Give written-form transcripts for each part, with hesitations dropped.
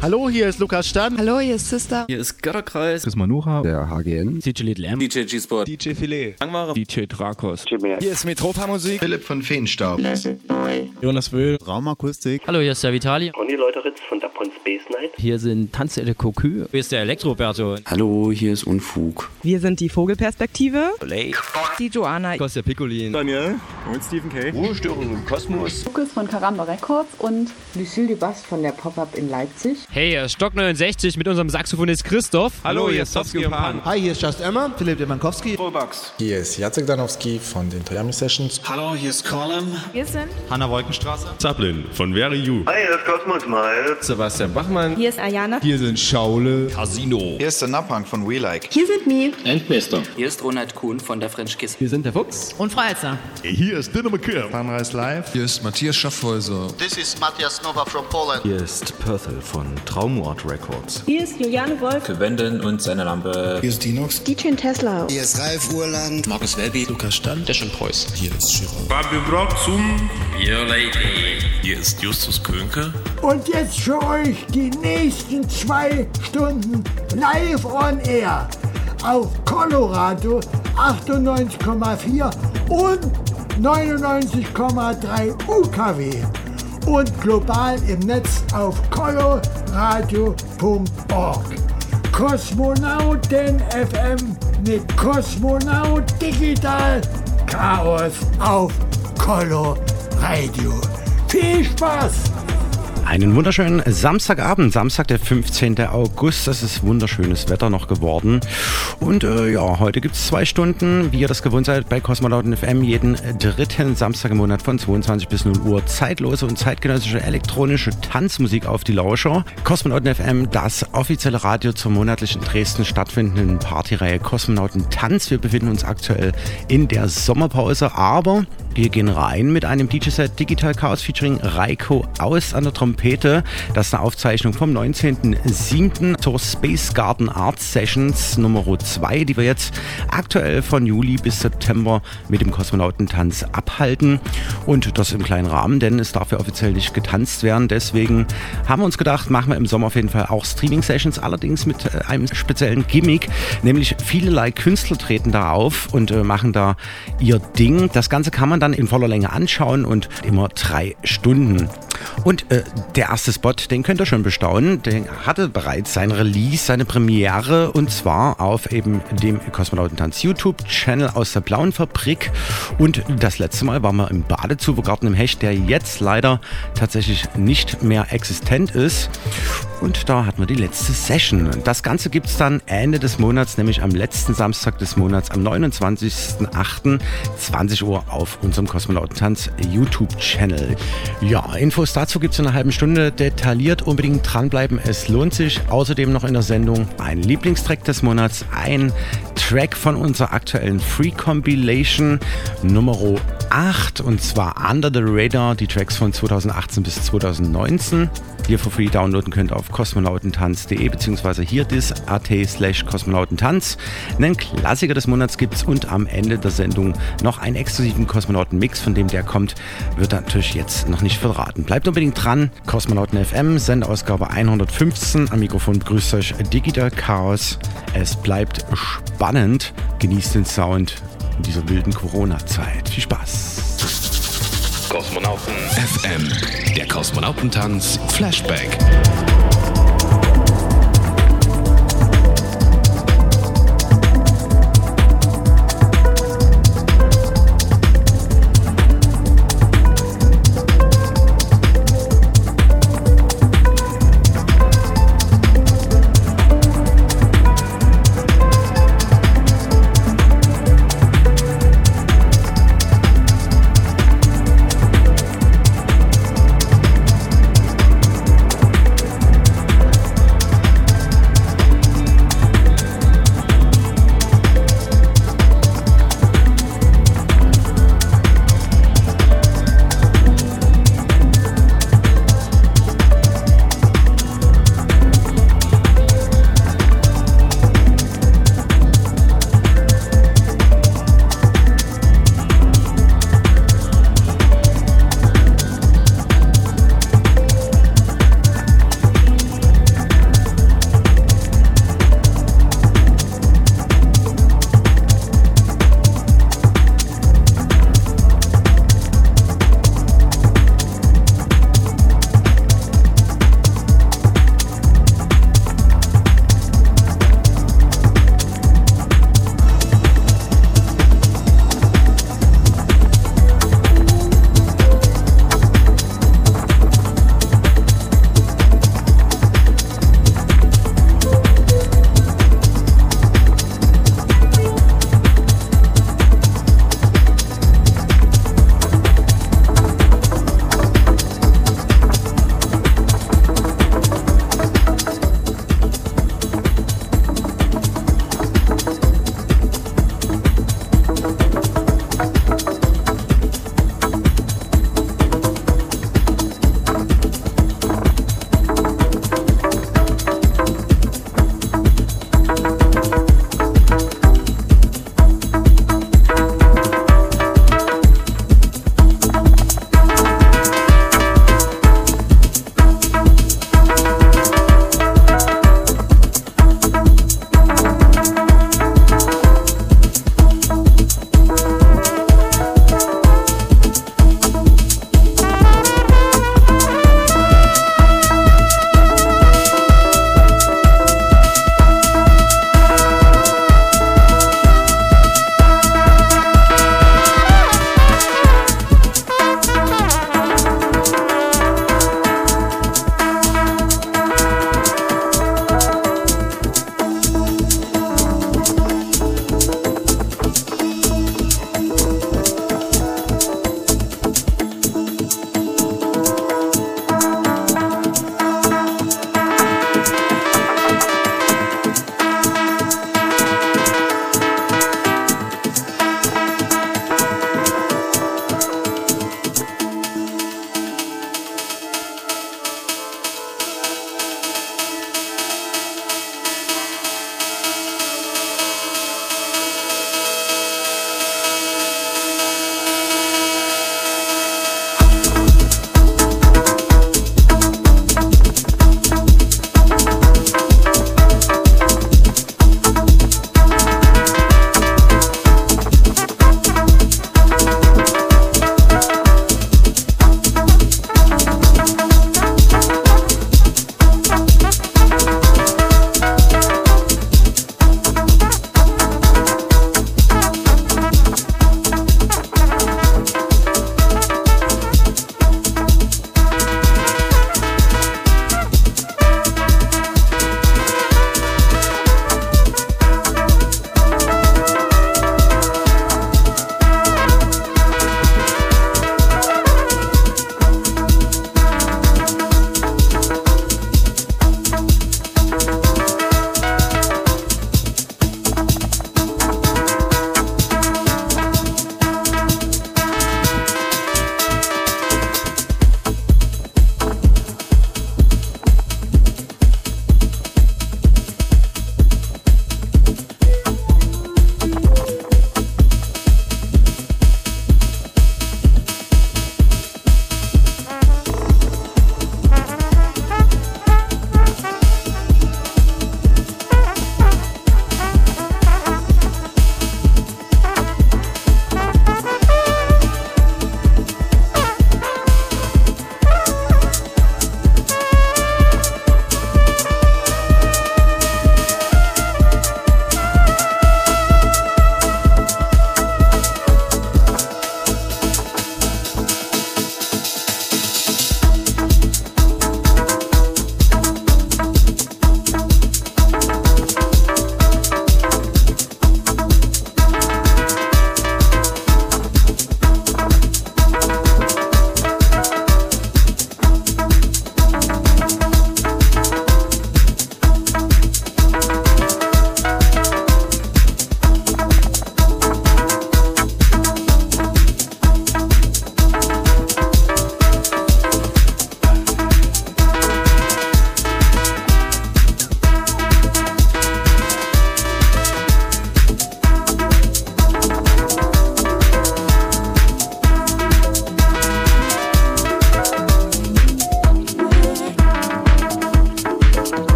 Hallo, hier ist Lukas Stan. Hallo, hier ist Sister. Hier ist Götterkreis. Chris Manucha. Der HGN. DJ Little M. DJ G-Sport. DJ Filet. Langware. DJ Drakos. Hier ist Metropa Musik. Philipp von Feenstaub. Jonas Wöhl. Raumakustik. Hallo, hier ist der Vitali. Conny Leuteritz von Dapon Space Night. Hier sind Tanze de Cocu. Hier ist der Elektroberto. Hallo, hier ist Unfug. Wir sind die Vogelperspektive. Lake. Die Joanna. Kostja Piccolin. Daniel. Und Stephen K. Ruhestörung im Kosmos. Lukas von Karamba Records und Lucille Dubas von der Pop-Up in Leipzig. Hey, hier ist Stock 69 mit unserem Saxophonist Christoph. Hallo, hier ist Sofsky und Pan. Hi, hier ist Just Emma, Philipp Demankowski. Vollbugs. Hier ist Jacek Danowski von den Toyami Sessions. Hallo, hier ist Colin. Wir sind Hanna Wolkenstraße. Zaplin von Very You. Hi, hier ist Cosmos Miles. Sebastian Bachmann. Hier ist Ayana. Hier sind Schaule. Casino. Hier ist der Napang von We Like. Hier sind Mi. Endbester. Hier ist Ronald Kuhn von der French Kiss. Wir sind der Fuchs. Und Freizer. Hier ist Dinner McKim. Sunrise Live. Hier ist Matthias Schaffhäuser. This is Matthias Nova from Poland. Hier ist Perthel von Traumort Records. Hier ist Juliane Wolf. Für Wenden und seine Lampe. Hier ist Dinox. DJ Tesla. Hier ist Ralf Urland. Markus Welby. Lukas Stand. Der schon Preuß. Hier ist Giro. Fabio Broxum. Your Lady. Hier ist Justus Könke. Und jetzt für euch die nächsten 2 Stunden live on air auf Colorado 98,4 und 99,3 UKW und global im Netz auf coloradio.org. Kosmonauten FM mit Kosmonaut Digital Chaos auf Coloradio. Viel Spaß! Einen wunderschönen Samstagabend, Samstag, der 15. August. Es ist wunderschönes Wetter noch geworden. Und heute gibt es 2 Stunden, wie ihr das gewohnt seid, bei Kosmonauten FM jeden dritten Samstag im Monat von 22 bis 0 Uhr. Zeitlose und zeitgenössische elektronische Tanzmusik auf die Lauscher. Kosmonauten FM, das offizielle Radio zur monatlich in Dresden stattfindenden Partyreihe Kosmonauten Tanz. Wir befinden uns aktuell in der Sommerpause, aber wir gehen rein mit einem DJ-Set Digital Chaos featuring Reiko Aus an der Trompete. Das ist eine Aufzeichnung vom 19.07. zur Space Garden Art Sessions Nummer 2, die wir jetzt aktuell von Juli bis September mit dem Kosmonautentanz abhalten. Und das im kleinen Rahmen, denn es darf ja offiziell nicht getanzt werden. Deswegen haben wir uns gedacht, machen wir im Sommer auf jeden Fall auch Streaming-Sessions, allerdings mit einem speziellen Gimmick, nämlich vielerlei Künstler treten da auf und machen da ihr Ding. Das Ganze kann man dann in voller Länge anschauen und immer 3 Stunden. Und der erste Spot, den könnt ihr schon bestaunen, der hatte bereits sein Release, seine Premiere, und zwar auf eben dem Kosmonautentanz YouTube-Channel aus der Blauen Fabrik. Und das letzte Mal waren wir im Badezubergarten im Hecht, der jetzt leider tatsächlich nicht mehr existent ist. Und da hatten wir die letzte Session. Das Ganze gibt es dann Ende des Monats, nämlich am letzten Samstag des Monats, am 29.08. 20 Uhr auf unserem Kosmonautentanz YouTube-Channel. Ja, Infos dazu gibt es in einer halben Stunde. Detailliert unbedingt dranbleiben, es lohnt sich. Außerdem noch in der Sendung ein Lieblingstrack des Monats, ein Track von unserer aktuellen Free Compilation Nummer 8, und zwar Under the Radar, die Tracks von 2018 bis 2019. Hier for free downloaden könnt auf kosmonautentanz.de bzw. hierdis.at/kosmonautentanz. Einen Klassiker des Monats gibt's und am Ende der Sendung noch einen exklusiven Kosmonauten-Mix, von dem der kommt, wird natürlich jetzt noch nicht verraten. Bleibt unbedingt dran. Kosmonauten FM, Sendeausgabe 115. Am Mikrofon begrüßt euch Digital Chaos. Es bleibt spannend. Genießt den Sound in dieser wilden Corona-Zeit. Viel Spaß. Kosmonauten FM. Der Kosmonautentanz Flashback.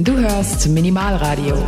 Du hörst Minimalradio.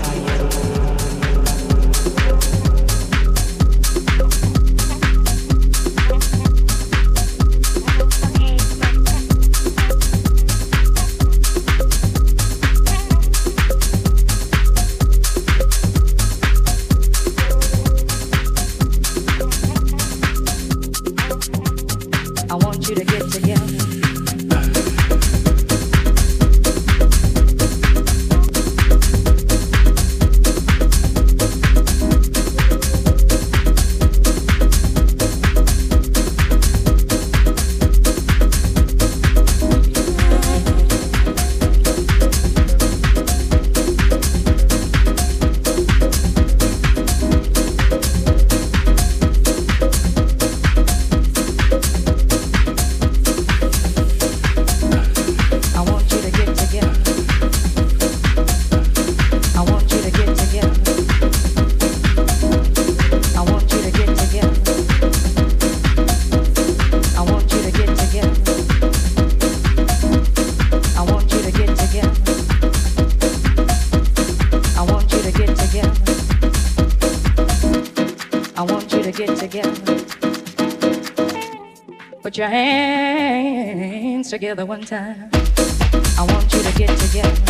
Put your hands together one time. I want you to get together.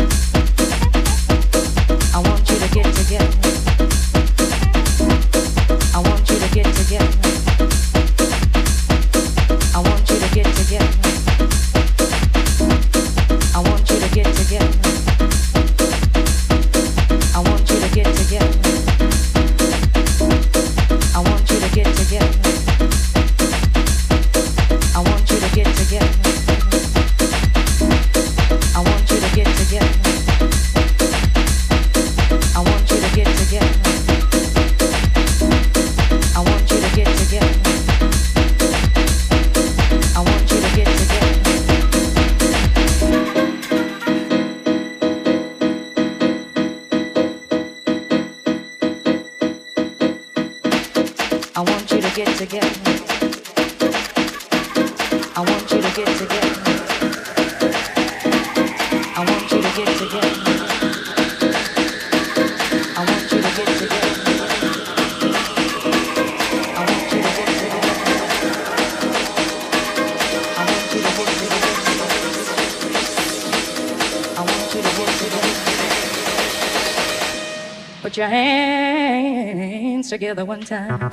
I want you to get together. I want you to get together. I want you to get together. I want you to get together. I want you to get together. I want you to get together. I want you to get together. I want you to get together. I want you to get together. I want you to get together. I want you to get together. I want you to get together. I want you to get together. I want you to get together. I want you to get together. I want you to get together. I want you to get together. I want you to get together. Put your hands together one time.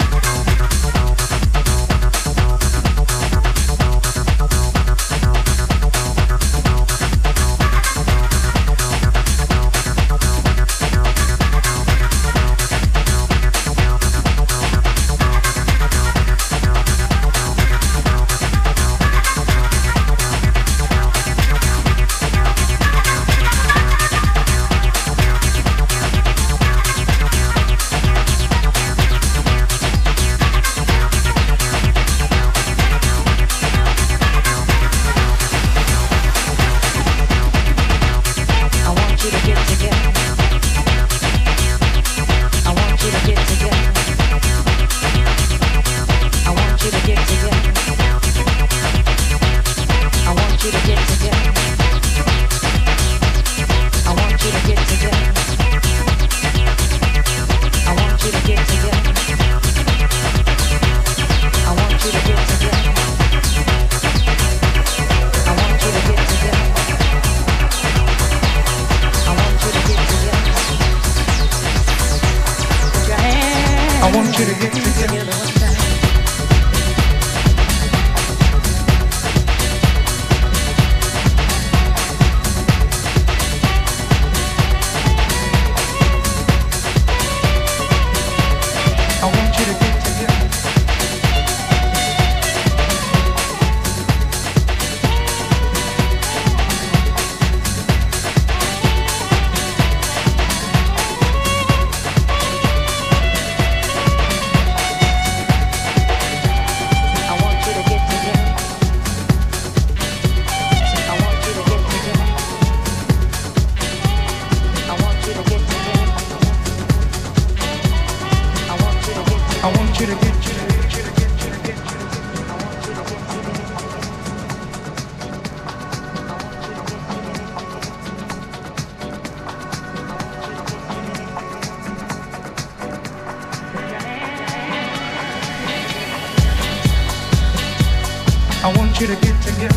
you to get together.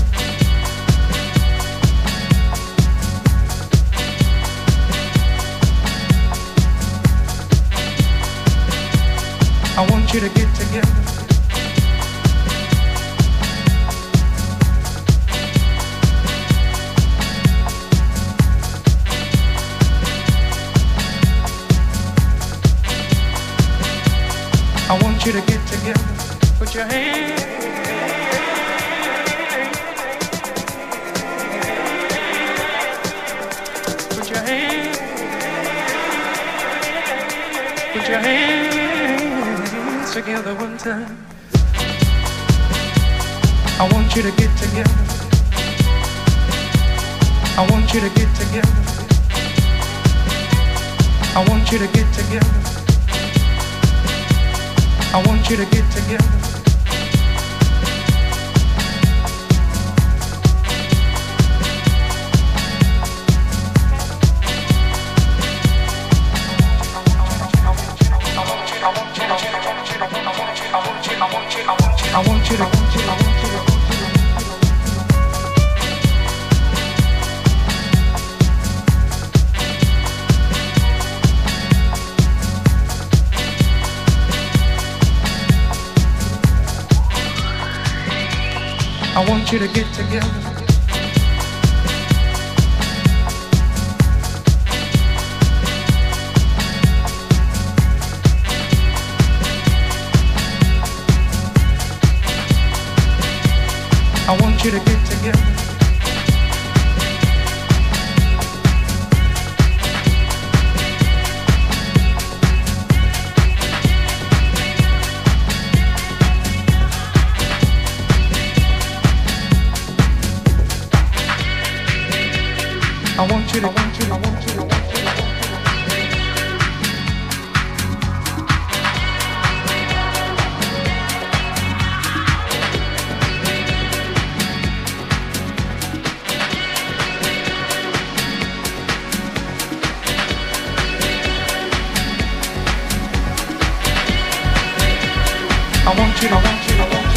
I want you to get together. I want you to get together. Put your hands. Put your hands. Put your hands together one time. I want you to get together. I want you to get together. I want you to get together. I want you to get together. I want you to I want you to get together. I want you to get together. I want you to, I want you to, I want you to, I want you to. I want you to, I want you to, I want you to.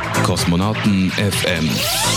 Kosmonauten FM.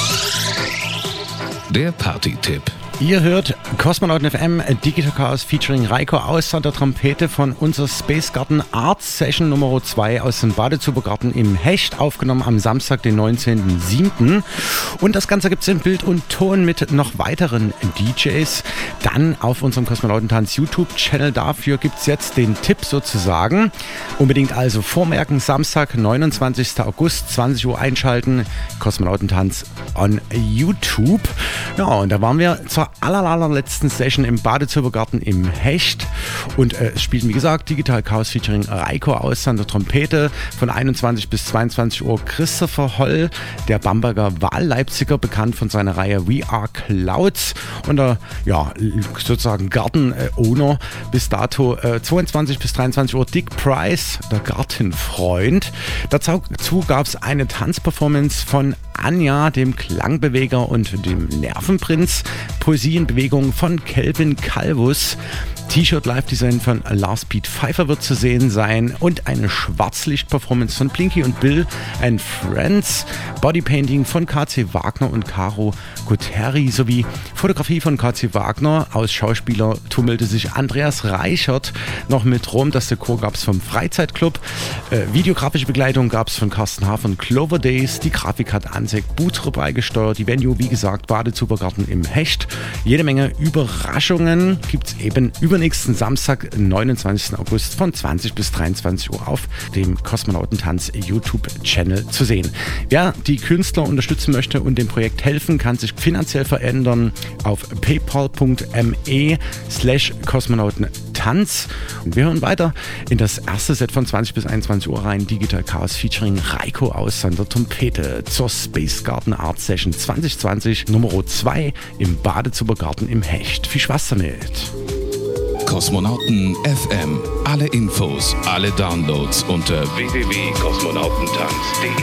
Der Party-Tipp. Ihr hört Kosmonauten FM, Digital Chaos featuring Reiko aus an der Trompete von unserer Space Garden Art Session Nummer 2 aus dem Badezubergarten im Hecht, aufgenommen am Samstag, den 19.07. Und das Ganze gibt es in Bild und Ton mit noch weiteren DJs. Dann auf unserem Kosmonautentanz YouTube-Channel. Dafür gibt es jetzt den Tipp sozusagen. Unbedingt also vormerken, Samstag, 29. August, 20 Uhr einschalten. Kosmonautentanz on YouTube. Ja, und da waren wir zur allerletzten Session im Badezubergarten im Hecht und es spielten, wie gesagt, Digital Chaos featuring Reiko aus an der Trompete von 21 bis 22 Uhr Christopher Holl, der Bamberger Wahlleipziger, bekannt von seiner Reihe We Are Clouds, und der sozusagen Garten-Owner bis dato 22 bis 23 Uhr Dick Price, der Gartenfreund. Dazu gab es eine Tanzperformance von Anja, dem Klangbeweger und dem Nervenprinz, Poesie in Bewegung von Kelvin Calvus, T-Shirt-Live-Design von Lars Pete Pfeiffer wird zu sehen sein und eine Schwarzlicht-Performance von Blinky und Bill and Friends, Bodypainting von KC Wagner und Caro Guterri sowie Fotografie von KC Wagner. Aus Schauspieler tummelte sich Andreas Reichert noch mit rum. Das Dekor gab es vom Freizeitclub. Videografische Begleitung gab es von Carsten H. von Clover Days. Die Grafik hat Ansek Butre beigesteuert. Die Venue, wie gesagt, Badezubergarten im Hecht. Jede Menge Überraschungen gibt es eben übernächsten Samstag, 29. August von 20 bis 23 Uhr auf dem Kosmonautentanz YouTube-Channel zu sehen. Wer die Künstler unterstützen möchte und dem Projekt helfen, kann sich finanziell verändern auf paypal.me/Kosmonautentanz. Und wir hören weiter in das erste Set von 20 bis 21 Uhr rein. Digital Chaos featuring Reiko aus an der Trompete zur Space Garden Art Session 2020 Nummer 2 im Badezubergarten im Hecht. Viel Spaß damit! Kosmonauten FM. Alle Infos, alle Downloads unter www.kosmonautentanz.de.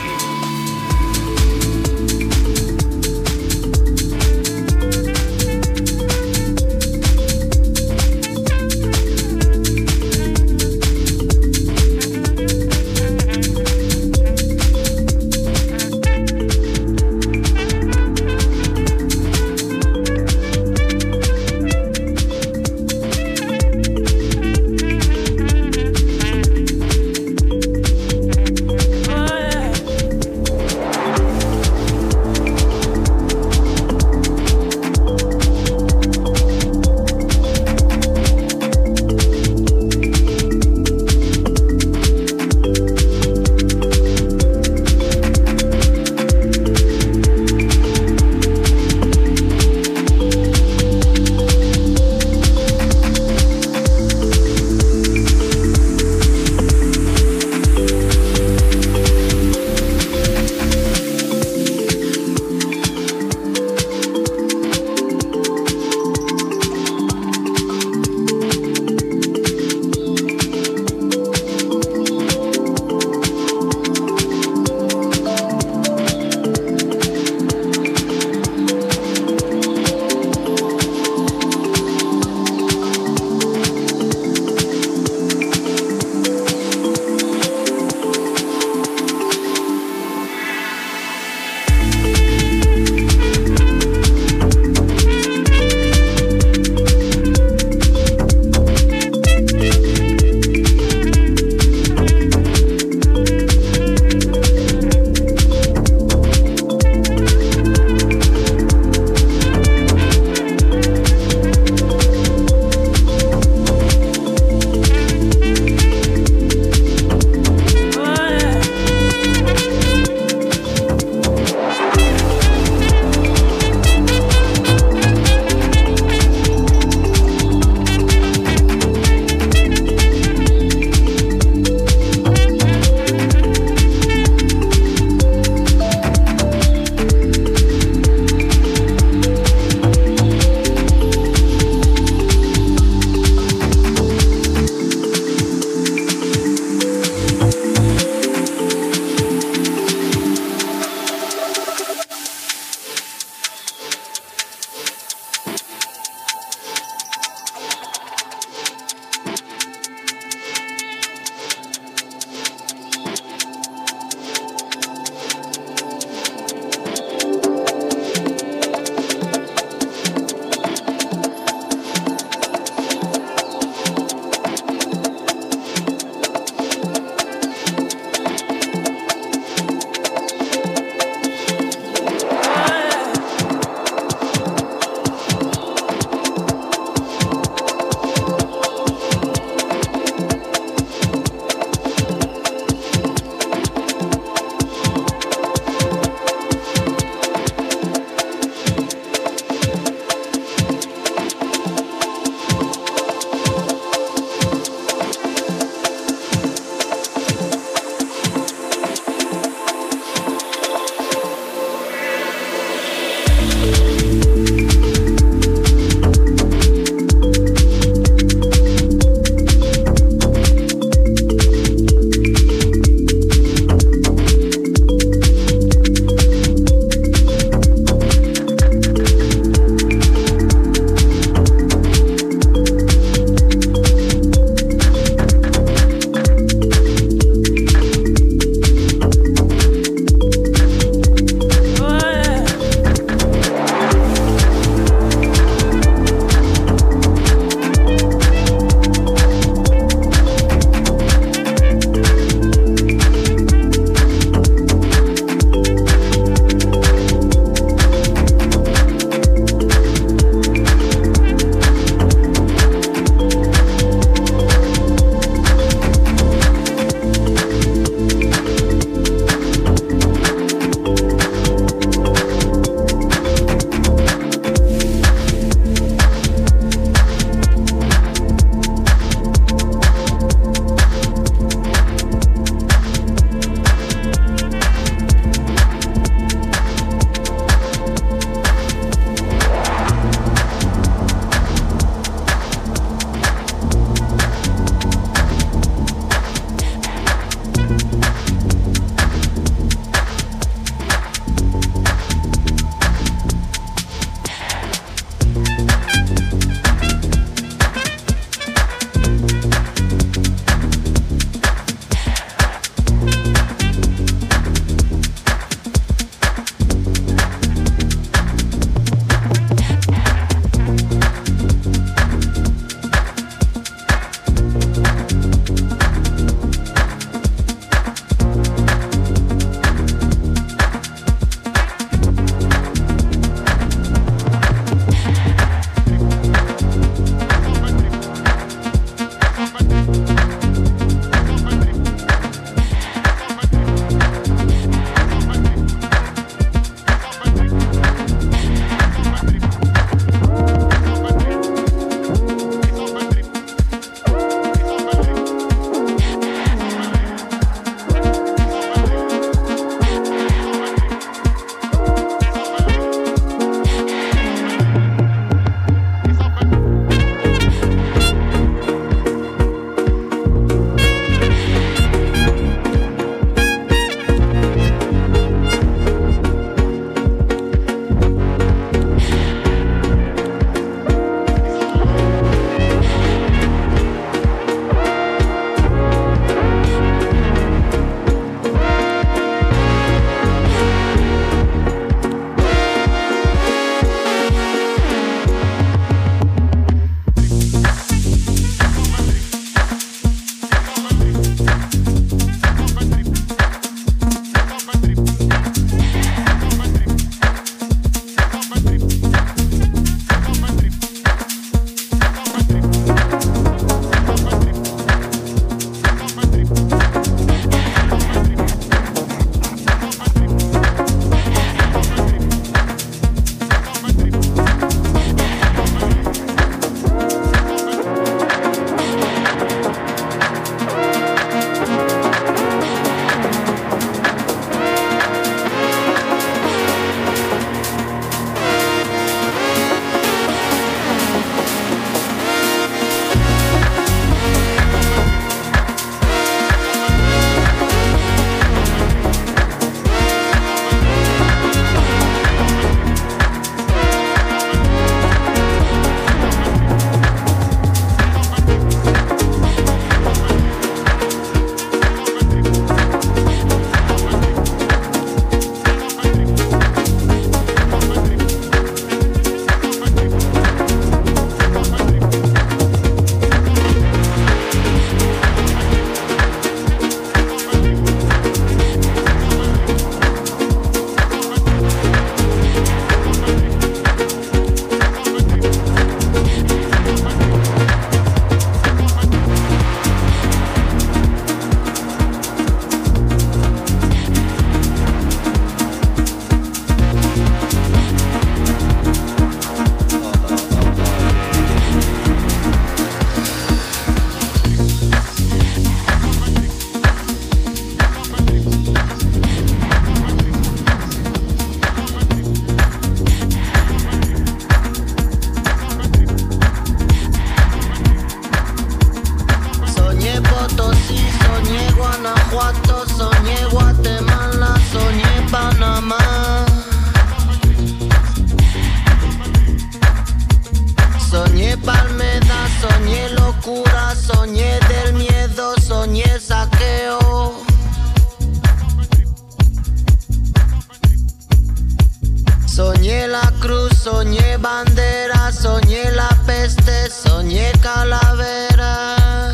cruz, soñé bandera, soñé la peste, soñé calavera.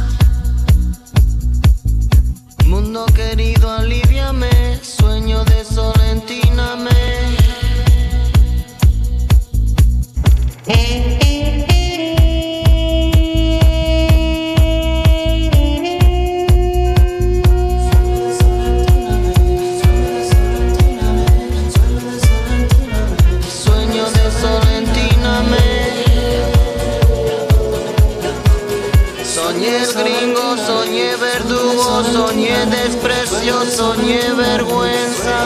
Mundo querido, aliviame, sueño de solentíname. Sueño de solentíname. Soñé el gringo, soñé verdugo, soñé desprecio, soñé vergüenza.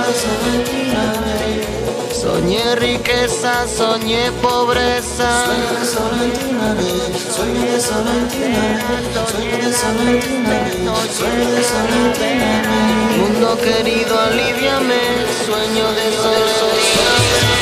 Soñé riqueza, soñé pobreza. Mundo querido, aliviame, sueño de solentíname.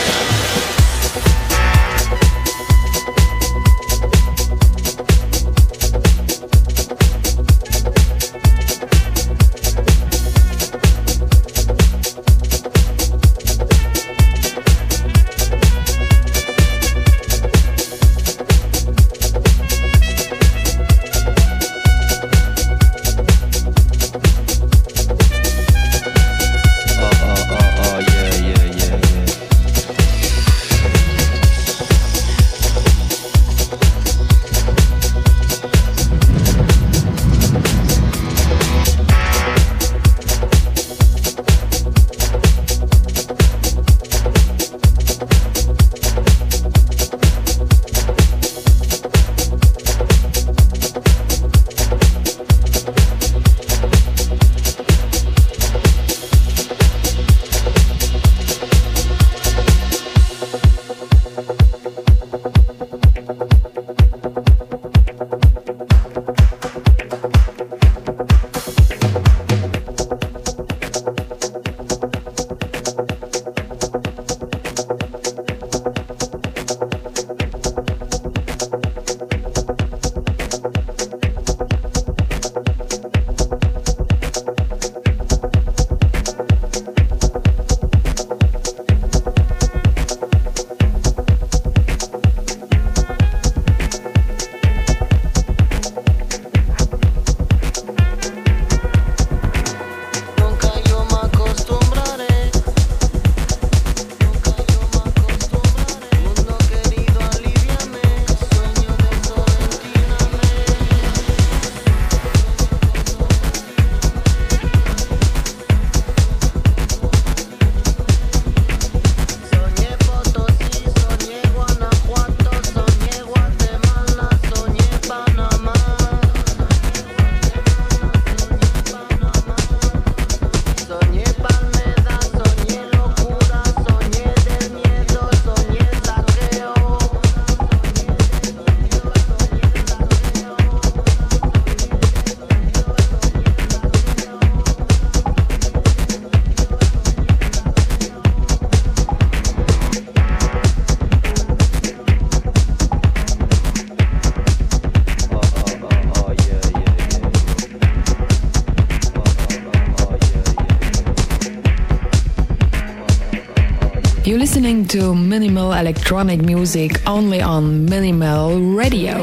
You're listening to minimal electronic music only on Minimal Radio.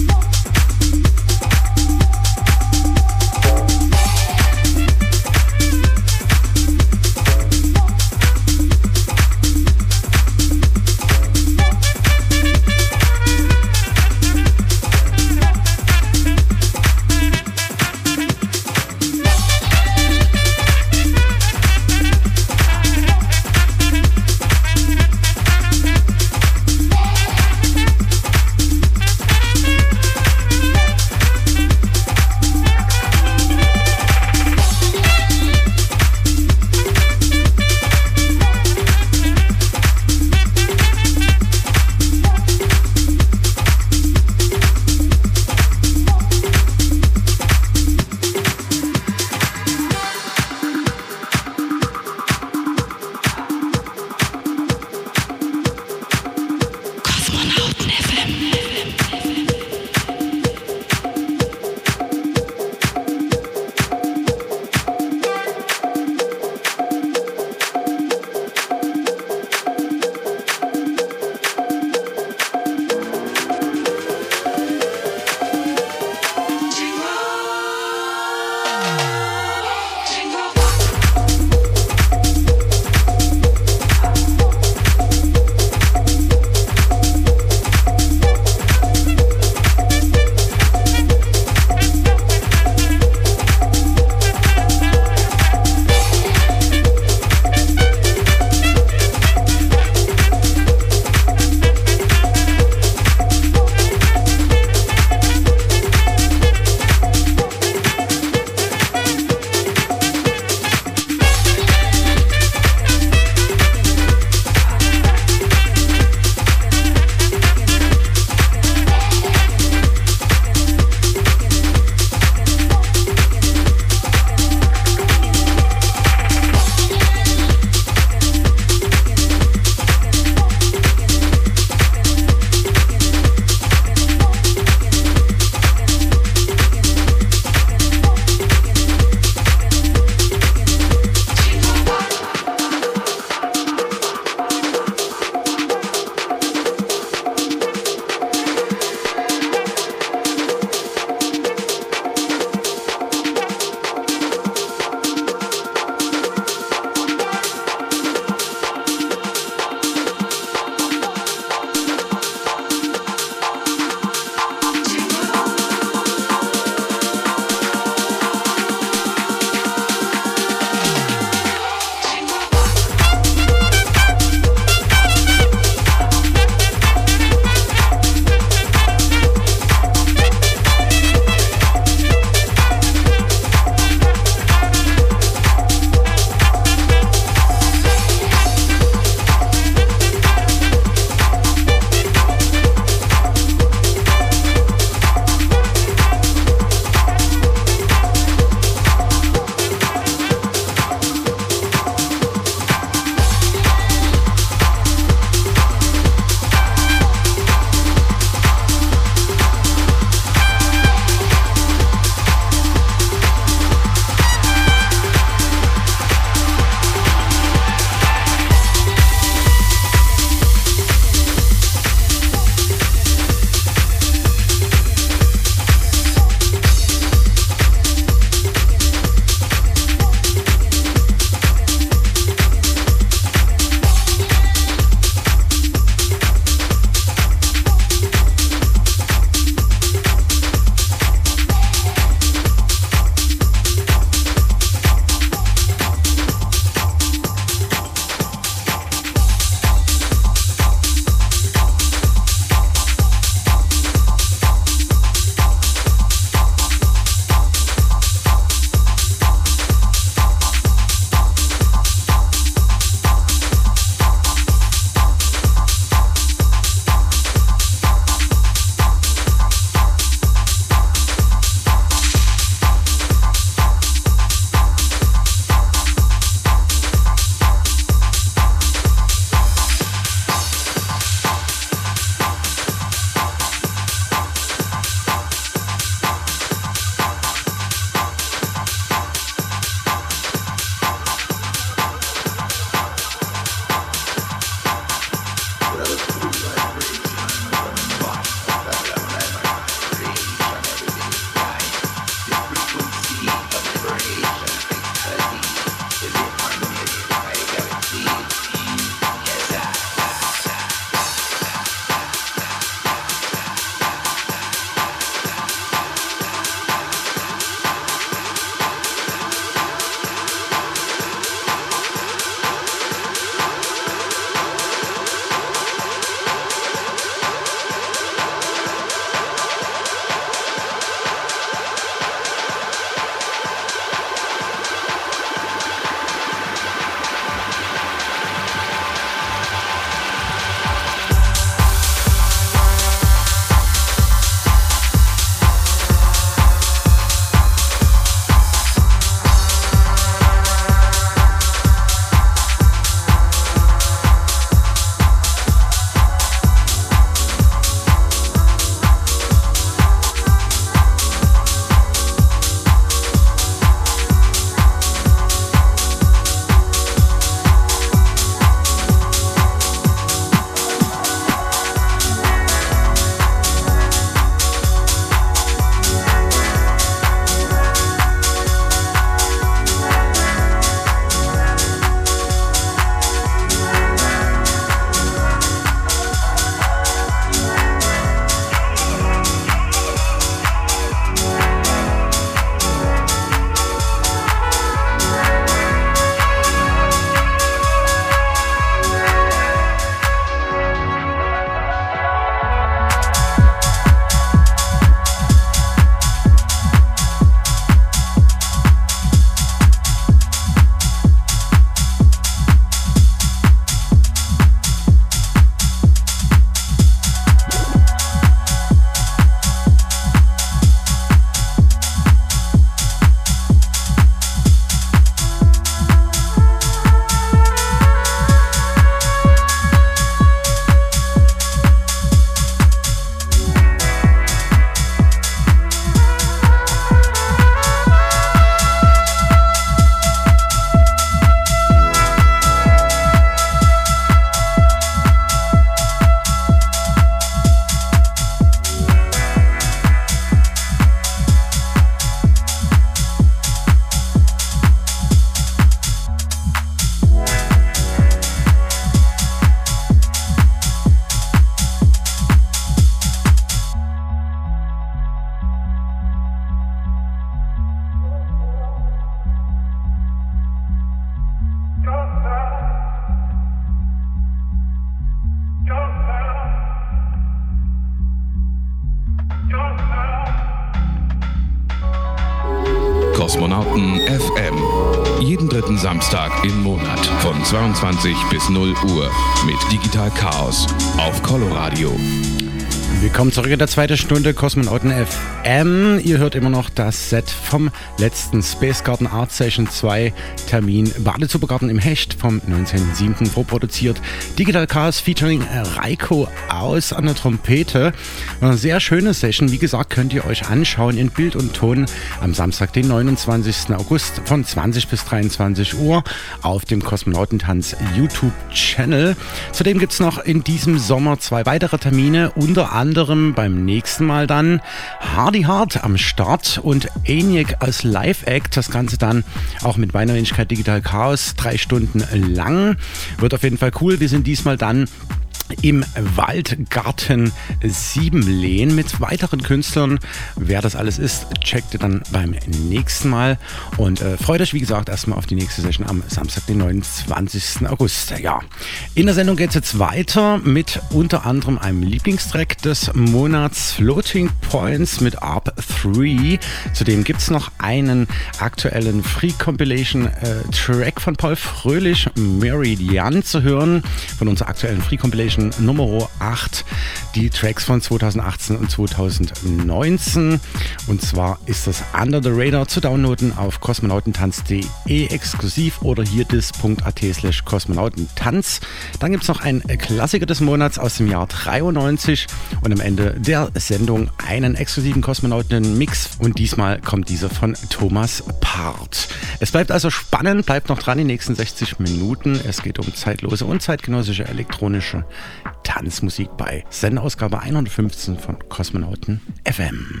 Kosmonauten FM. Jeden dritten Samstag im Monat von 22 bis 0 Uhr mit Digital Chaos auf Coloradio. Willkommen zurück in der zweiten Stunde Kosmonauten FM. Ihr hört immer noch das Set vom letzten Space Garden Art Session 2 Termin Badezubergarten im Hecht vom 19.07. vorproduziert. Digital Chaos featuring Reiko Aus an der Trompete. Eine sehr schöne Session. Wie gesagt, könnt ihr euch anschauen in Bild und Ton am Samstag, den 29. August von 20 bis 23 Uhr auf dem Kosmonautentanz YouTube-Channel. Zudem gibt es noch in diesem Sommer 2 weitere Termine, unter anderem beim nächsten Mal dann Hardy Hard am Start und ENIAC als Live-Act. Das Ganze dann auch mit meiner Wenigkeit Digital Chaos 3 Stunden lang. Wird auf jeden Fall cool. Wir sind diesmal dann im Waldgarten Siebenlehn mit weiteren Künstlern. Wer das alles ist, checkt ihr dann beim nächsten Mal und freut euch, wie gesagt, erstmal auf die nächste Session am Samstag, den 29. August. Ja, in der Sendung geht es jetzt weiter mit unter anderem einem Lieblingstrack des Monats, Floating Points mit ARP 3. Zudem gibt es noch einen aktuellen Free Compilation Track von Paul Fröhlich, Meridian, zu hören, von unserer aktuellen Free Compilation Nummer 8, die Tracks von 2018 und 2019. Und zwar ist das Under the Radar zu downloaden auf kosmonautentanz.de exklusiv oder hier dis.at/kosmonautentanz. Dann gibt es noch einen Klassiker des Monats aus dem Jahr 93 und am Ende der Sendung einen exklusiven Kosmonauten-Mix und diesmal kommt dieser von Thomas Part. Es bleibt also spannend, bleibt noch dran die nächsten 60 Minuten. Es geht um zeitlose und zeitgenössische elektronische Tanzmusik bei Sendeausgabe 115 von Kosmonauten FM.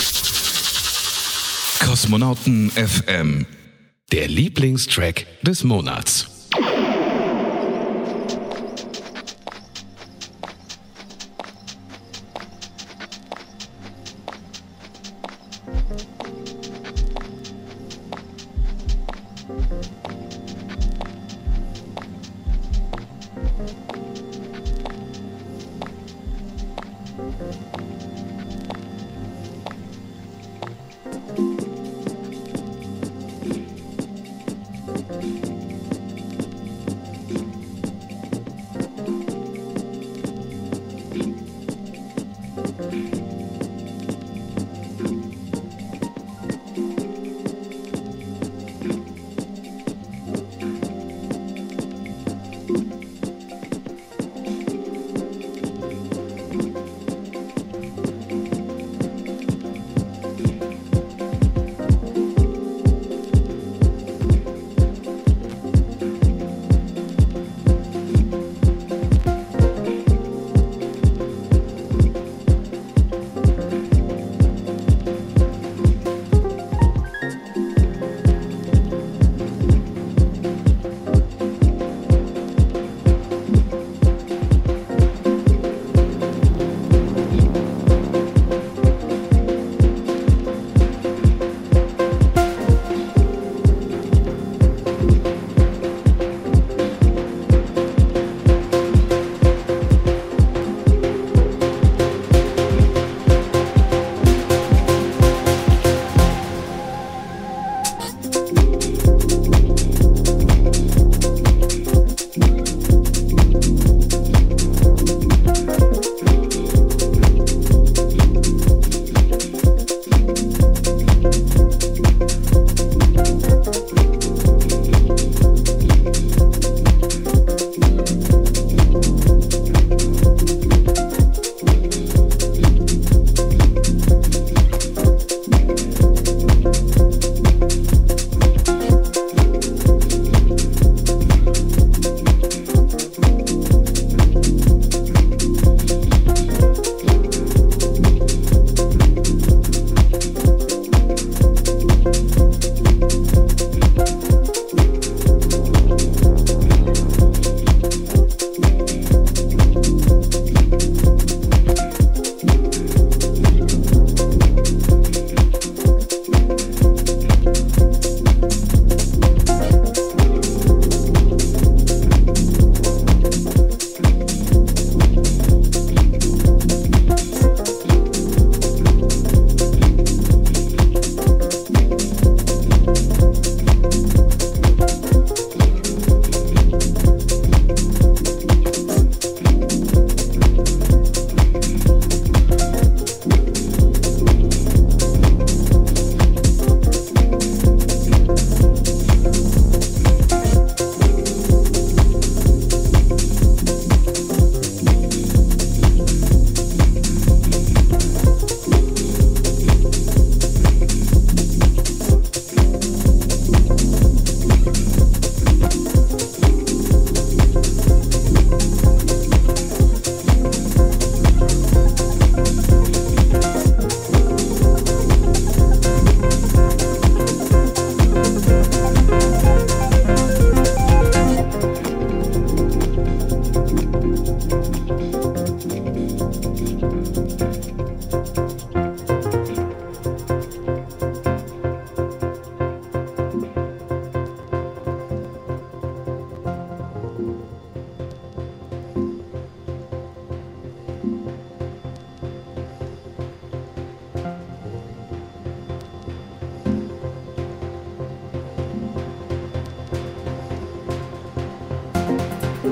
Kosmonauten FM, der Lieblingstrack des Monats.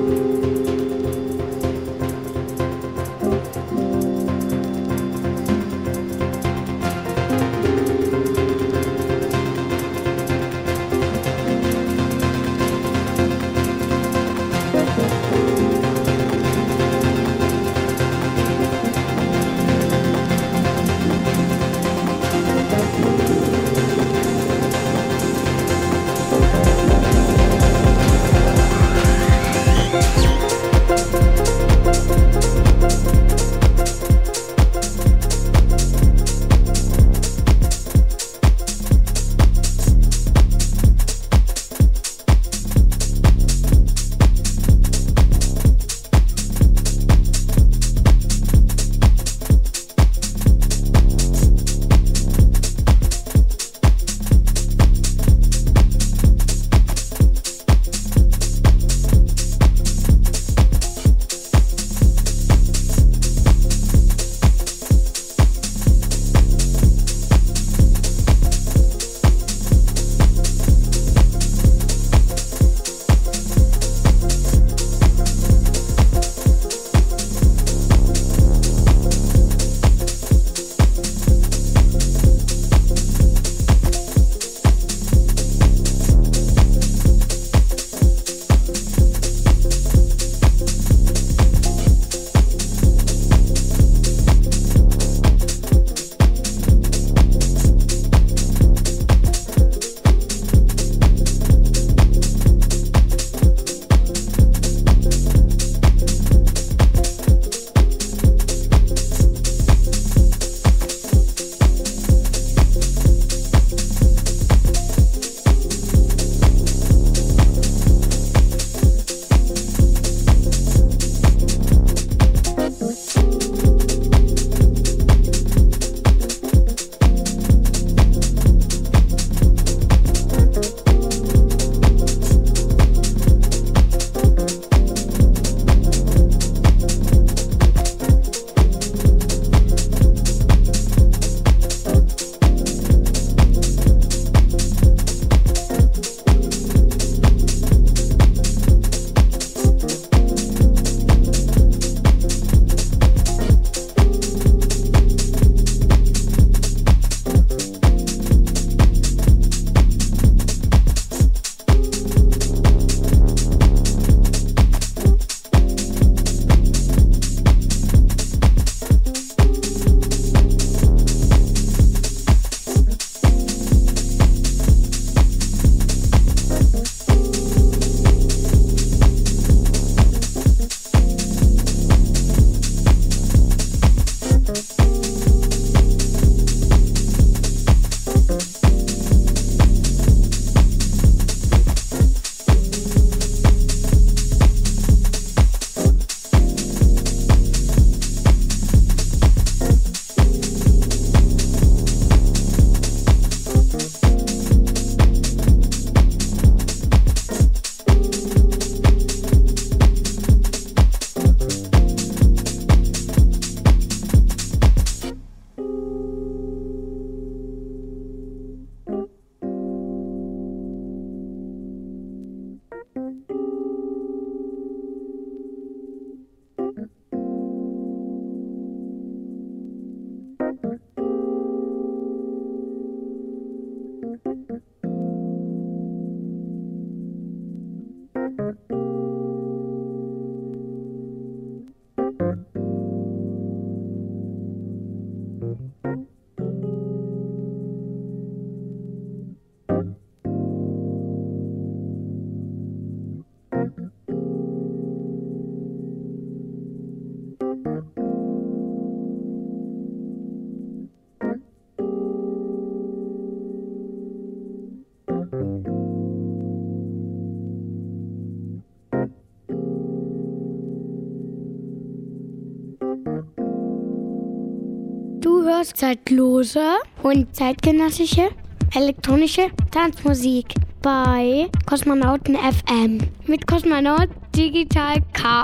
Du hörst zeitlose und zeitgenössische elektronische Tanzmusik bei Kosmonauten FM mit Kosmonaut Digital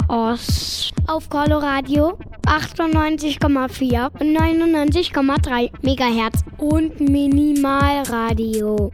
Chaos auf Coloradio 98,4 und 99,3 Megahertz und Minimalradio.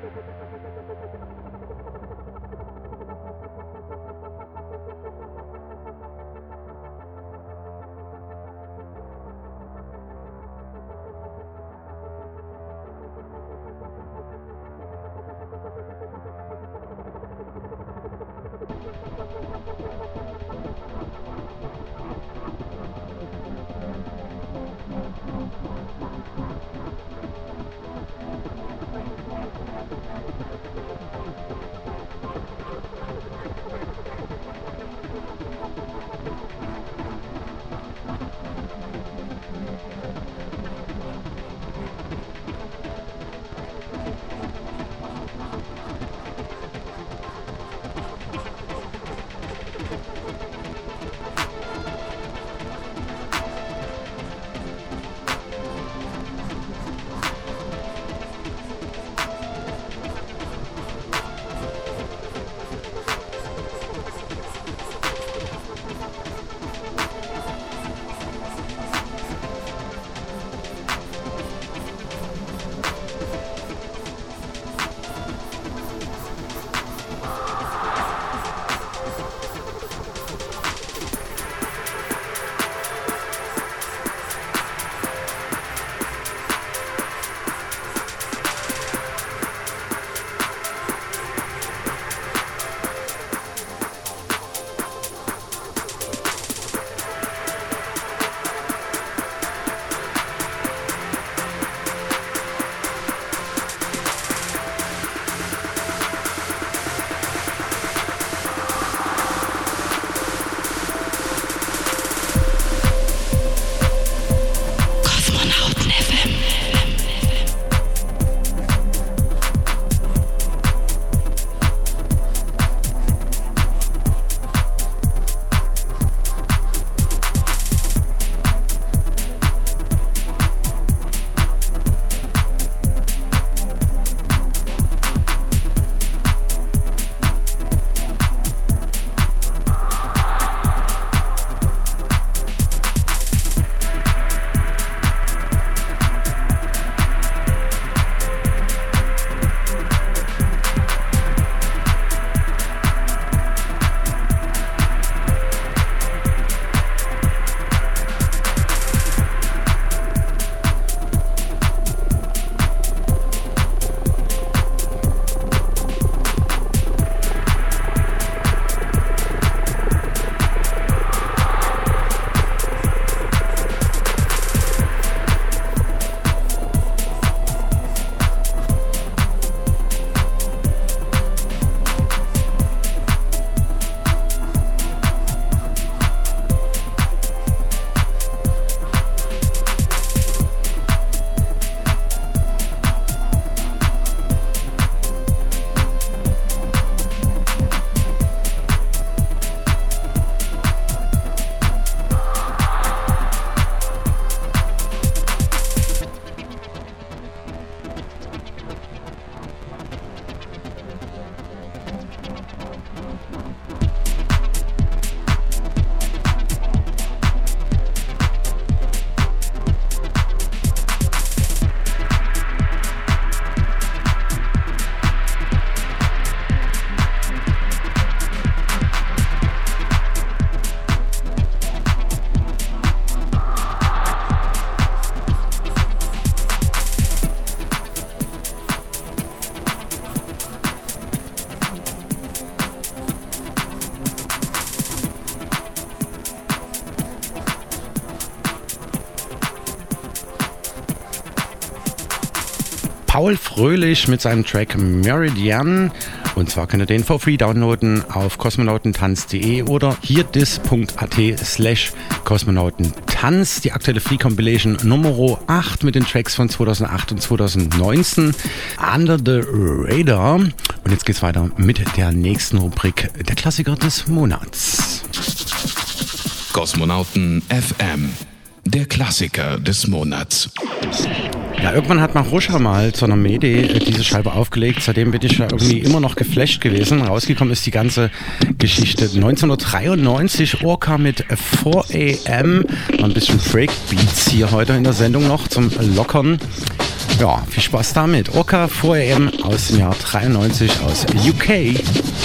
Paul Fröhlich mit seinem Track Meridian. Und zwar könnt ihr den for free downloaden auf kosmonautentanz.de oder hierdis.at/kosmonautentanz. Die aktuelle Free Compilation Nummer 8 mit den Tracks von 2008 und 2019. Under the Radar. Und jetzt geht's weiter mit der nächsten Rubrik, der Klassiker des Monats. Kosmonauten FM, der Klassiker des Monats. Ja, irgendwann hat Marusha mal zu einer Mede diese Scheibe aufgelegt. Seitdem bin ich ja irgendwie immer noch geflasht gewesen. Rausgekommen ist die ganze Geschichte 1993. Orca mit 4 AM. Mal ein bisschen Breakbeats hier heute in der Sendung noch zum Lockern. Ja, viel Spaß damit. Orca 4am aus dem Jahr 93 aus UK.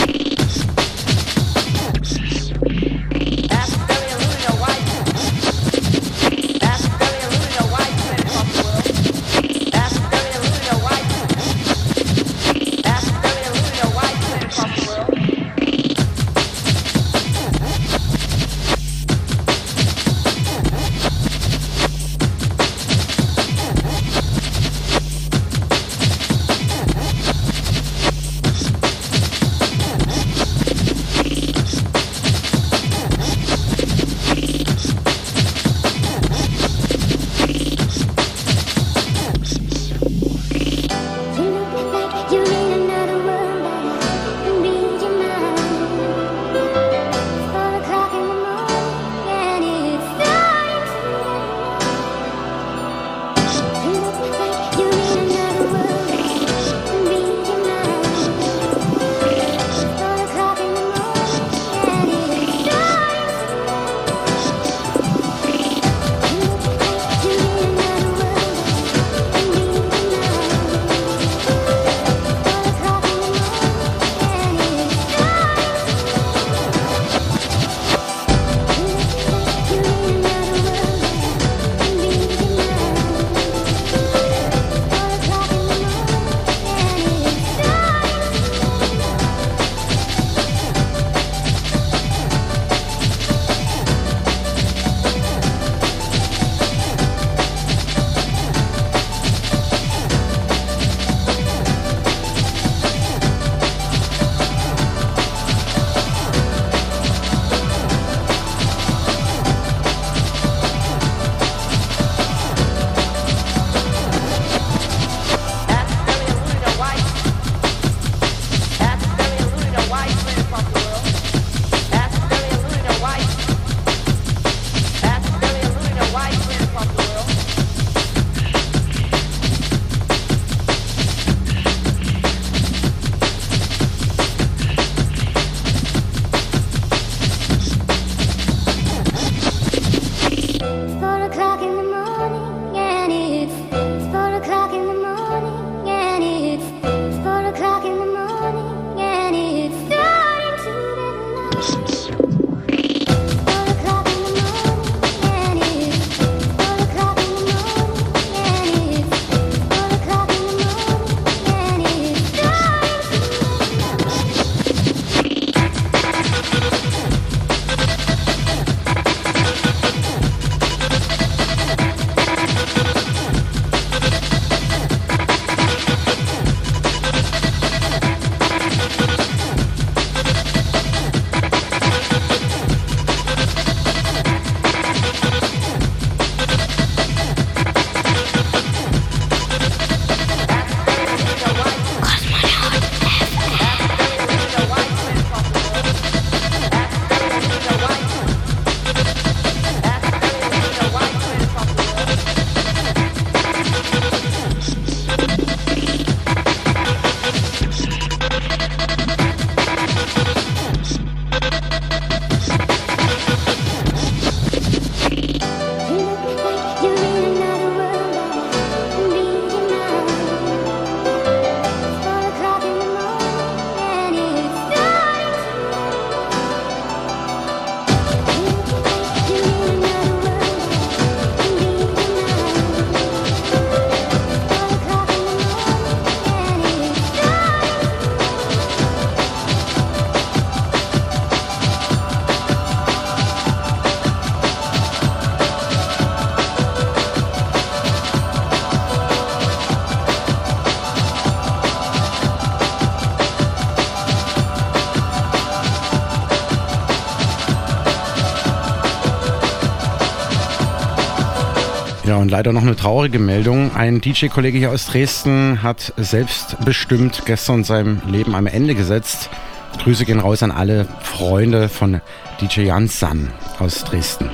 Ja, und leider noch eine traurige Meldung. Ein DJ-Kollege hier aus Dresden hat selbstbestimmt gestern seinem Leben am Ende gesetzt. Grüße gehen raus an alle Freunde von DJ Jan San aus Dresden.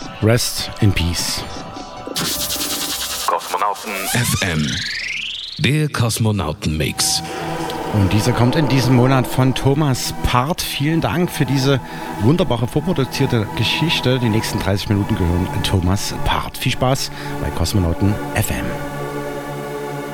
Rest in Peace. Kosmonauten FM. Der Kosmonauten-Mix. Und dieser kommt in diesem Monat von Thomas Part. Vielen Dank für diese wunderbare vorproduzierte Geschichte. Die nächsten 30 Minuten gehören Thomas Part. Viel Spaß bei Kosmonauten FM.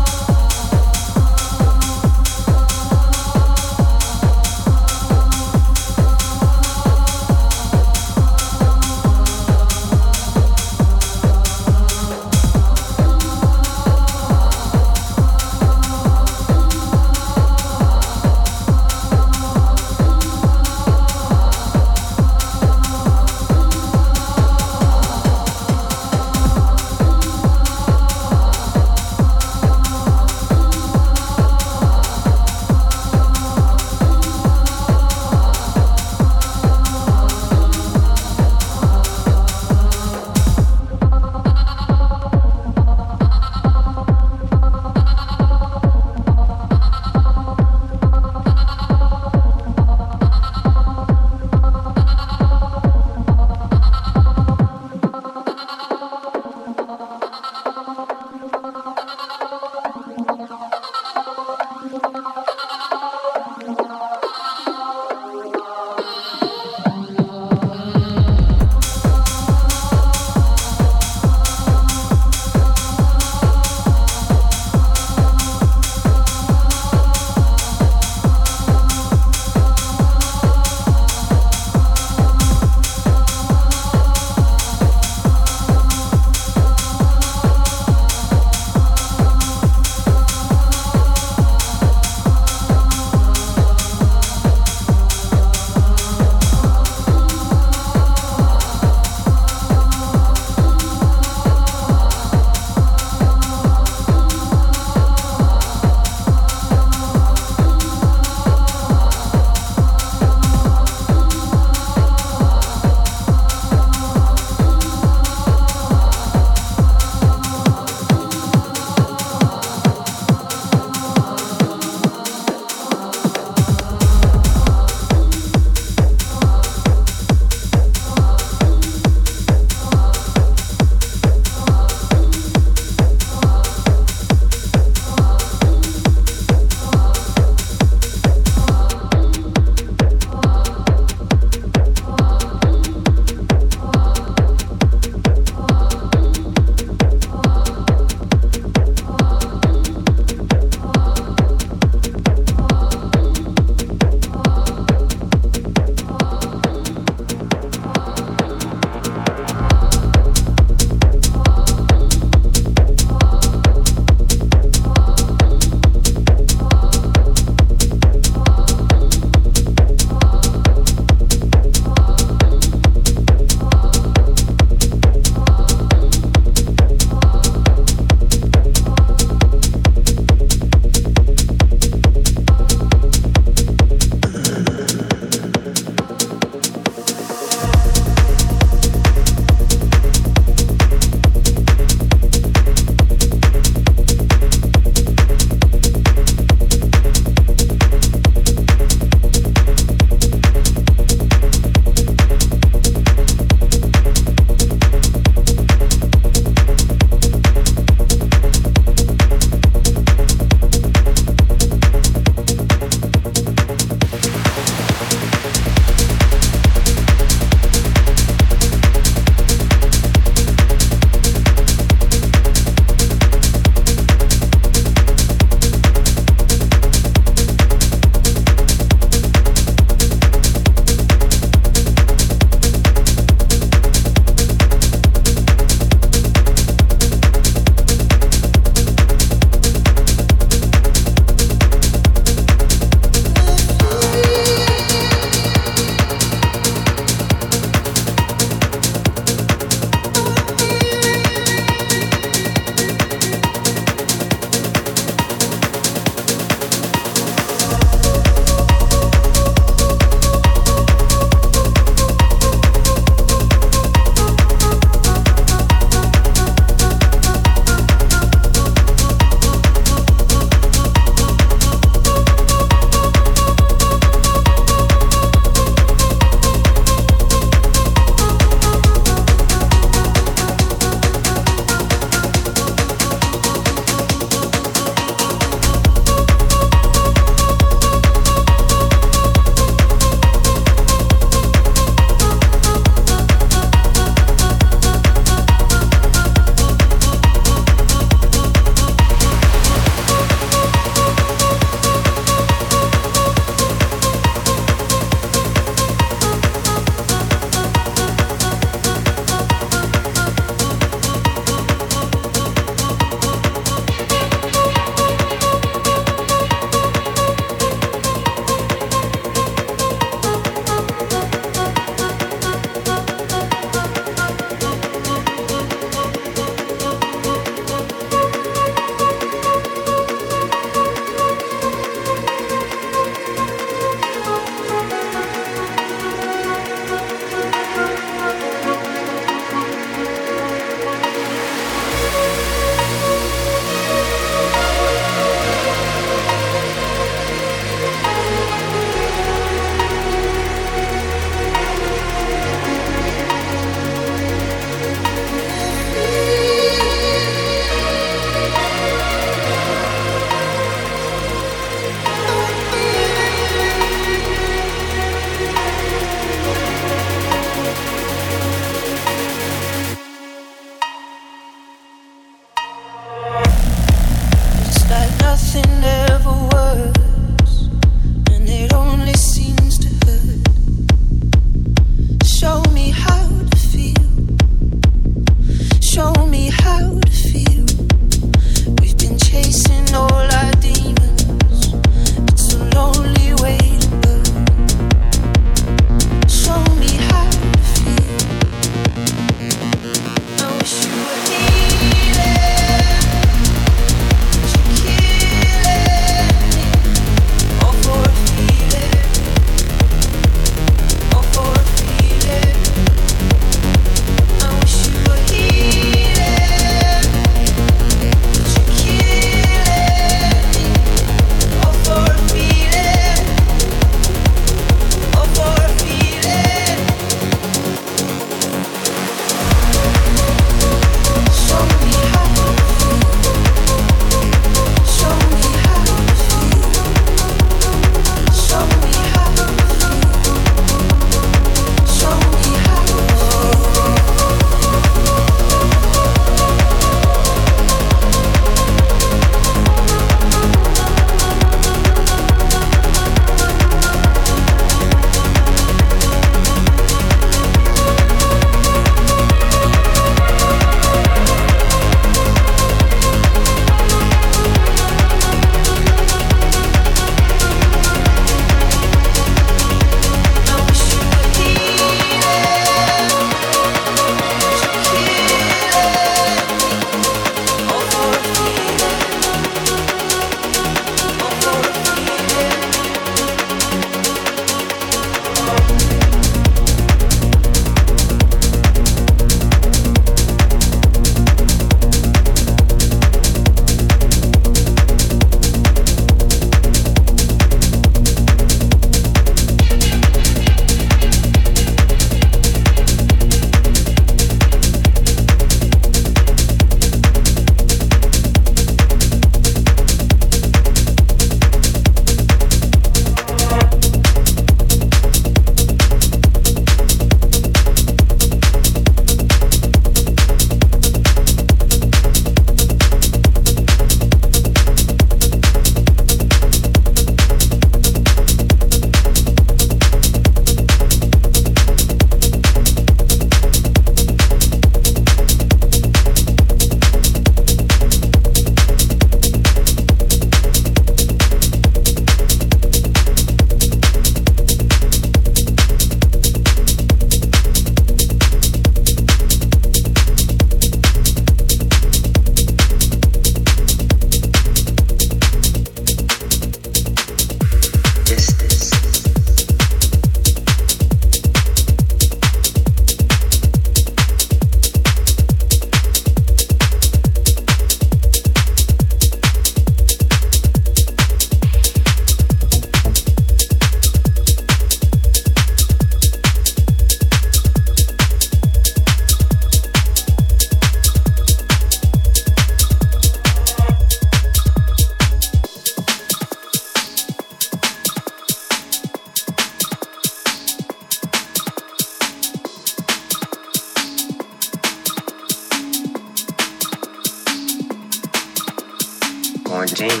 Quarantine.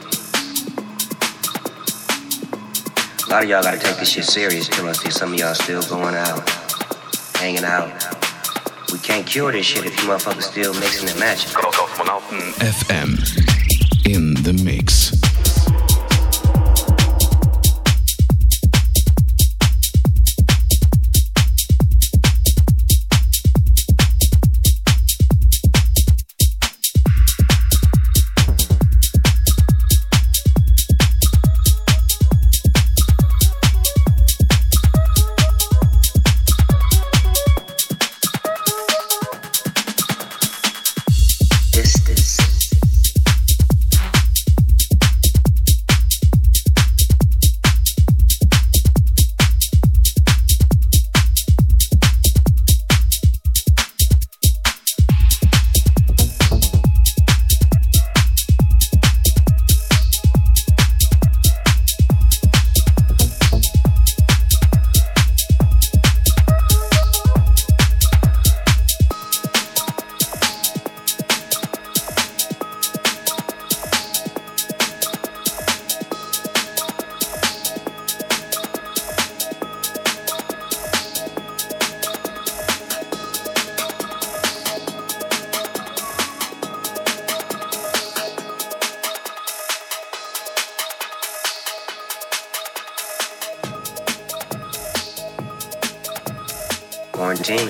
A lot of y'all gotta take this shit serious till I see some of y'all still going out, hanging out. We can't cure this shit if you motherfuckers still mixing and matching. FM in the mix. Quarantine.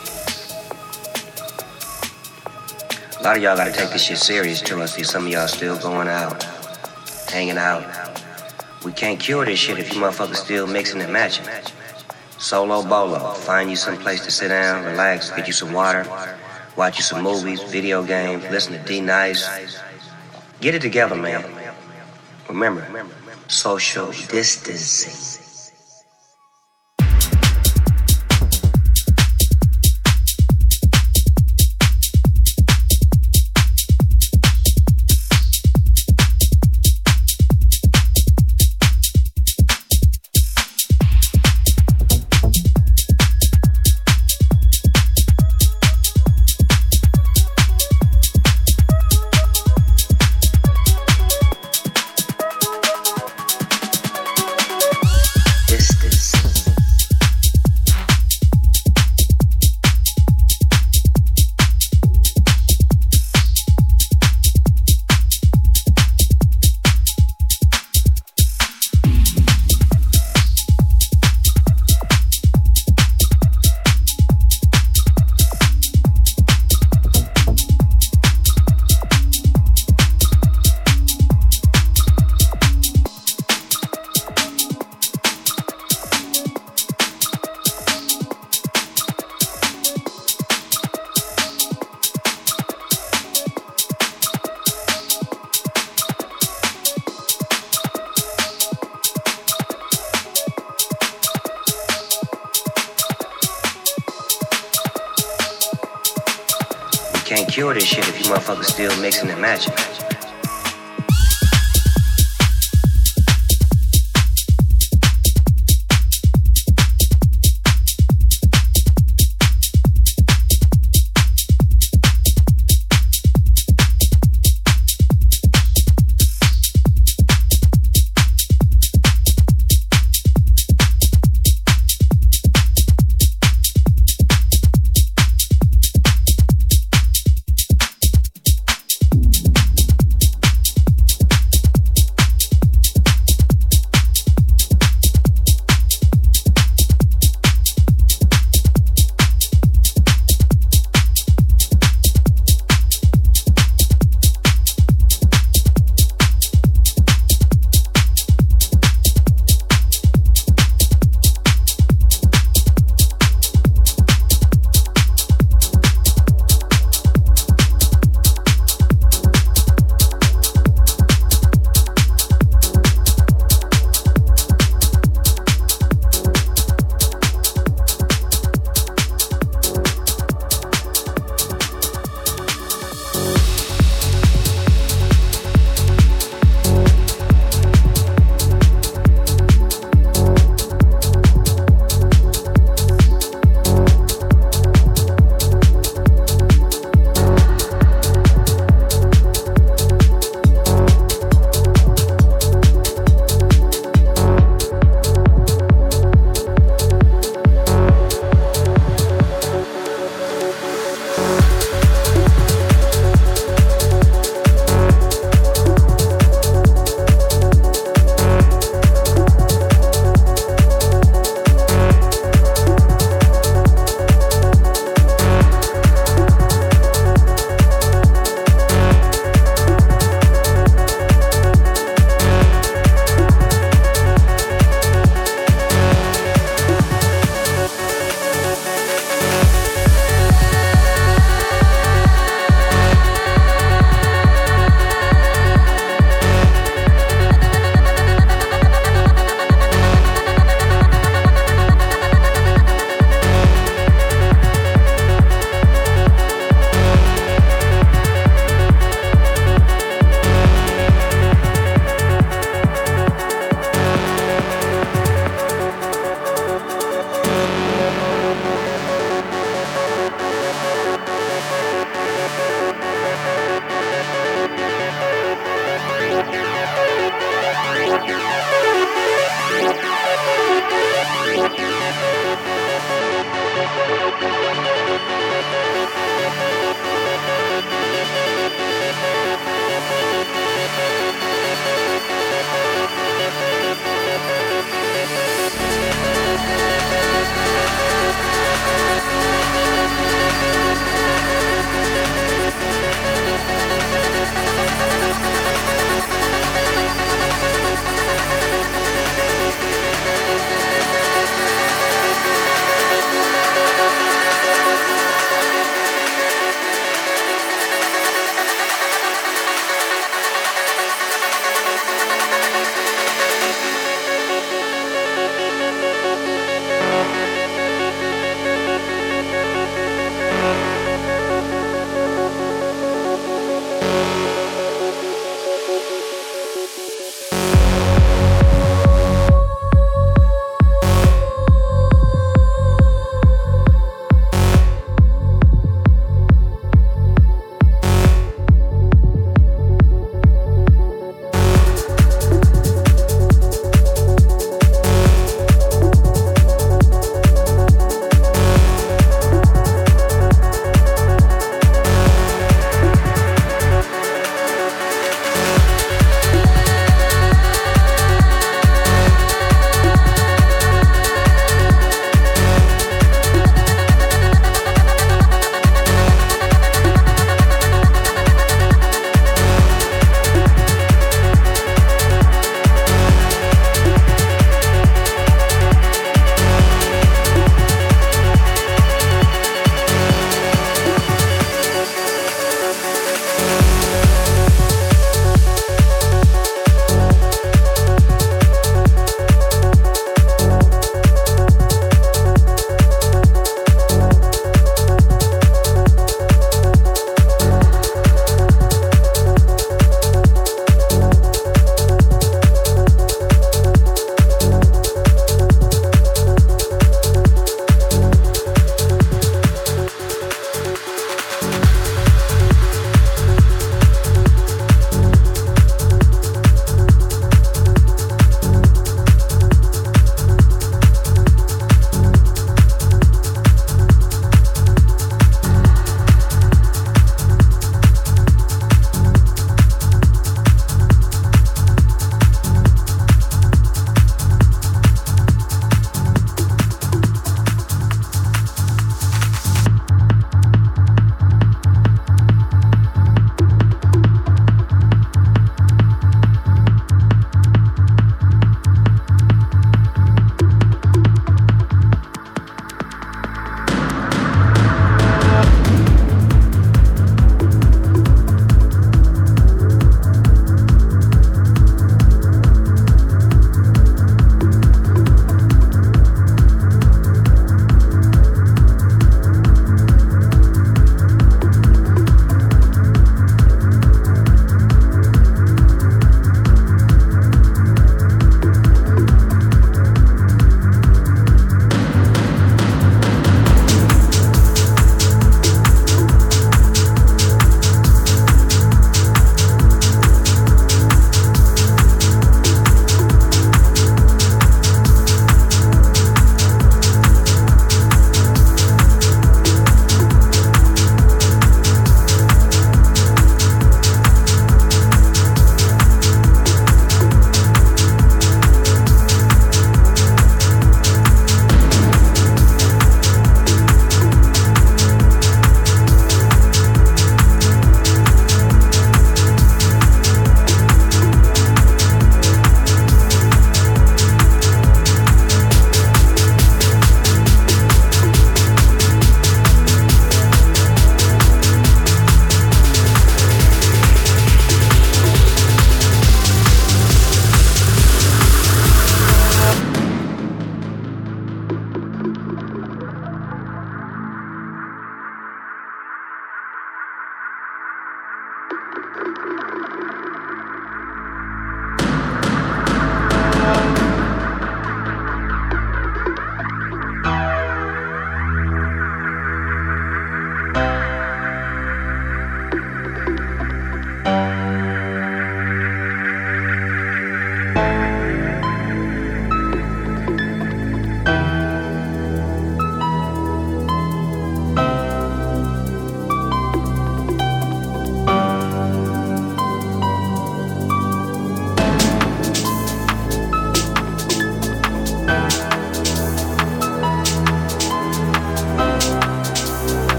A lot of y'all gotta take this shit serious till I see some of y'all still going out, hanging out. We can't cure this shit if you motherfuckers still mixing and matching. Solo bolo, find you some place to sit down, relax, get you some water, watch you some movies, video games, listen to D-Nice. Get it together, man. Remember, social distancing. Can't cure this shit if you motherfuckers still mixing and matching.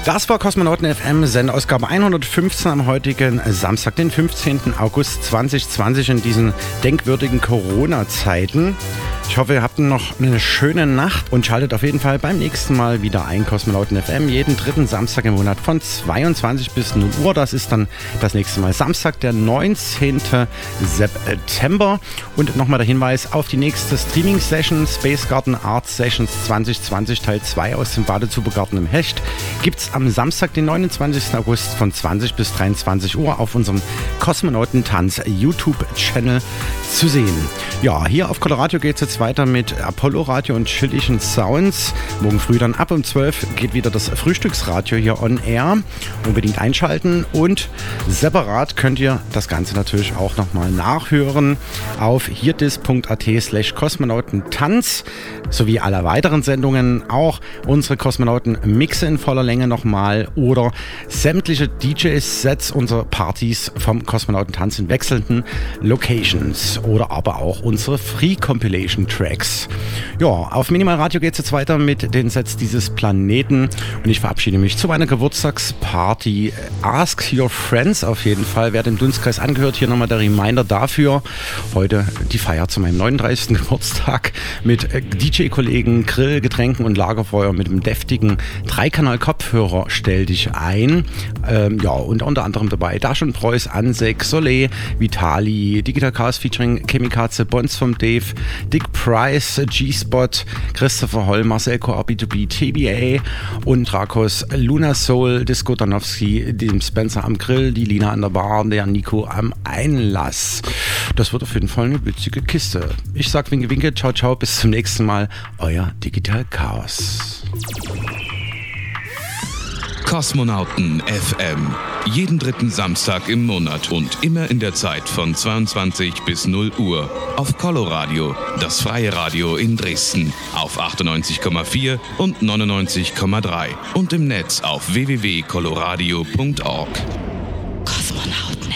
Das war Kosmonauten FM, Sendeausgabe 115 am heutigen Samstag, den 15. August 2020 in diesen denkwürdigen Corona-Zeiten. Ich hoffe, ihr habt noch eine schöne Nacht und schaltet auf jeden Fall beim nächsten Mal wieder ein. Kosmonauten FM, jeden dritten Samstag im Monat von 22 bis 0 Uhr. Das ist dann das nächste Mal Samstag, der 19. September. Und nochmal der Hinweis auf die nächste Streaming-Session, Space Garden Art Sessions 2020 Teil 2 aus dem Badezubergarten im Hecht. Gibt's am Samstag, den 29. August von 20 bis 23 Uhr auf unserem Kosmonautentanz YouTube-Channel zu sehen. Ja, hier auf Coloradio geht es jetzt weiter mit Apollo Radio und chilligen Sounds. Morgen früh dann ab um 12 geht wieder das Frühstücksradio hier on air. Unbedingt einschalten und separat könnt ihr das Ganze natürlich auch nochmal nachhören auf hierdis.at/Kosmonautentanz sowie alle weiteren Sendungen, auch unsere Kosmonauten-Mixe in voller Länge nochmal oder sämtliche DJ-Sets unserer Partys vom Kosmonautentanz in wechselnden Locations oder aber auch unsere Free-Compilation-Tracks. Ja, auf Minimal Radio geht es jetzt weiter mit den Sets dieses Planeten und ich verabschiede mich zu meiner Geburtstagsparty. Ask Your Friends auf jeden Fall. Wer dem Dunstkreis angehört, hier nochmal der Reminder dafür. Heute die Feier zu meinem 39. Geburtstag mit DJ-Kollegen, Grill, Getränken und Lagerfeuer mit einem deftigen 3-Kanal-Kopfhörer. Stell dich ein. Ja, und unter anderem dabei Dash und Preuß, Ansek, Soleil, Vitali, Digital Chaos featuring Chemikaze, Bonds vom Dave, Dick Price, G-Spot, Christopher Holl, Marcel Coar, B2B, TBA und Drakos, Luna Soul, Disco Danowski, dem Spencer am Grill, die Lina an der Bar, der Nico am Einlass. Das wird auf jeden Fall eine witzige Kiste. Ich sag winke, winke, ciao, ciao, bis zum nächsten Mal. Euer Digital Chaos. Kosmonauten FM. Jeden dritten Samstag im Monat und immer in der Zeit von 22 bis 0 Uhr. Auf Coloradio, das freie Radio in Dresden. Auf 98,4 und 99,3. Und im Netz auf www.coloradio.org. Kosmonauten.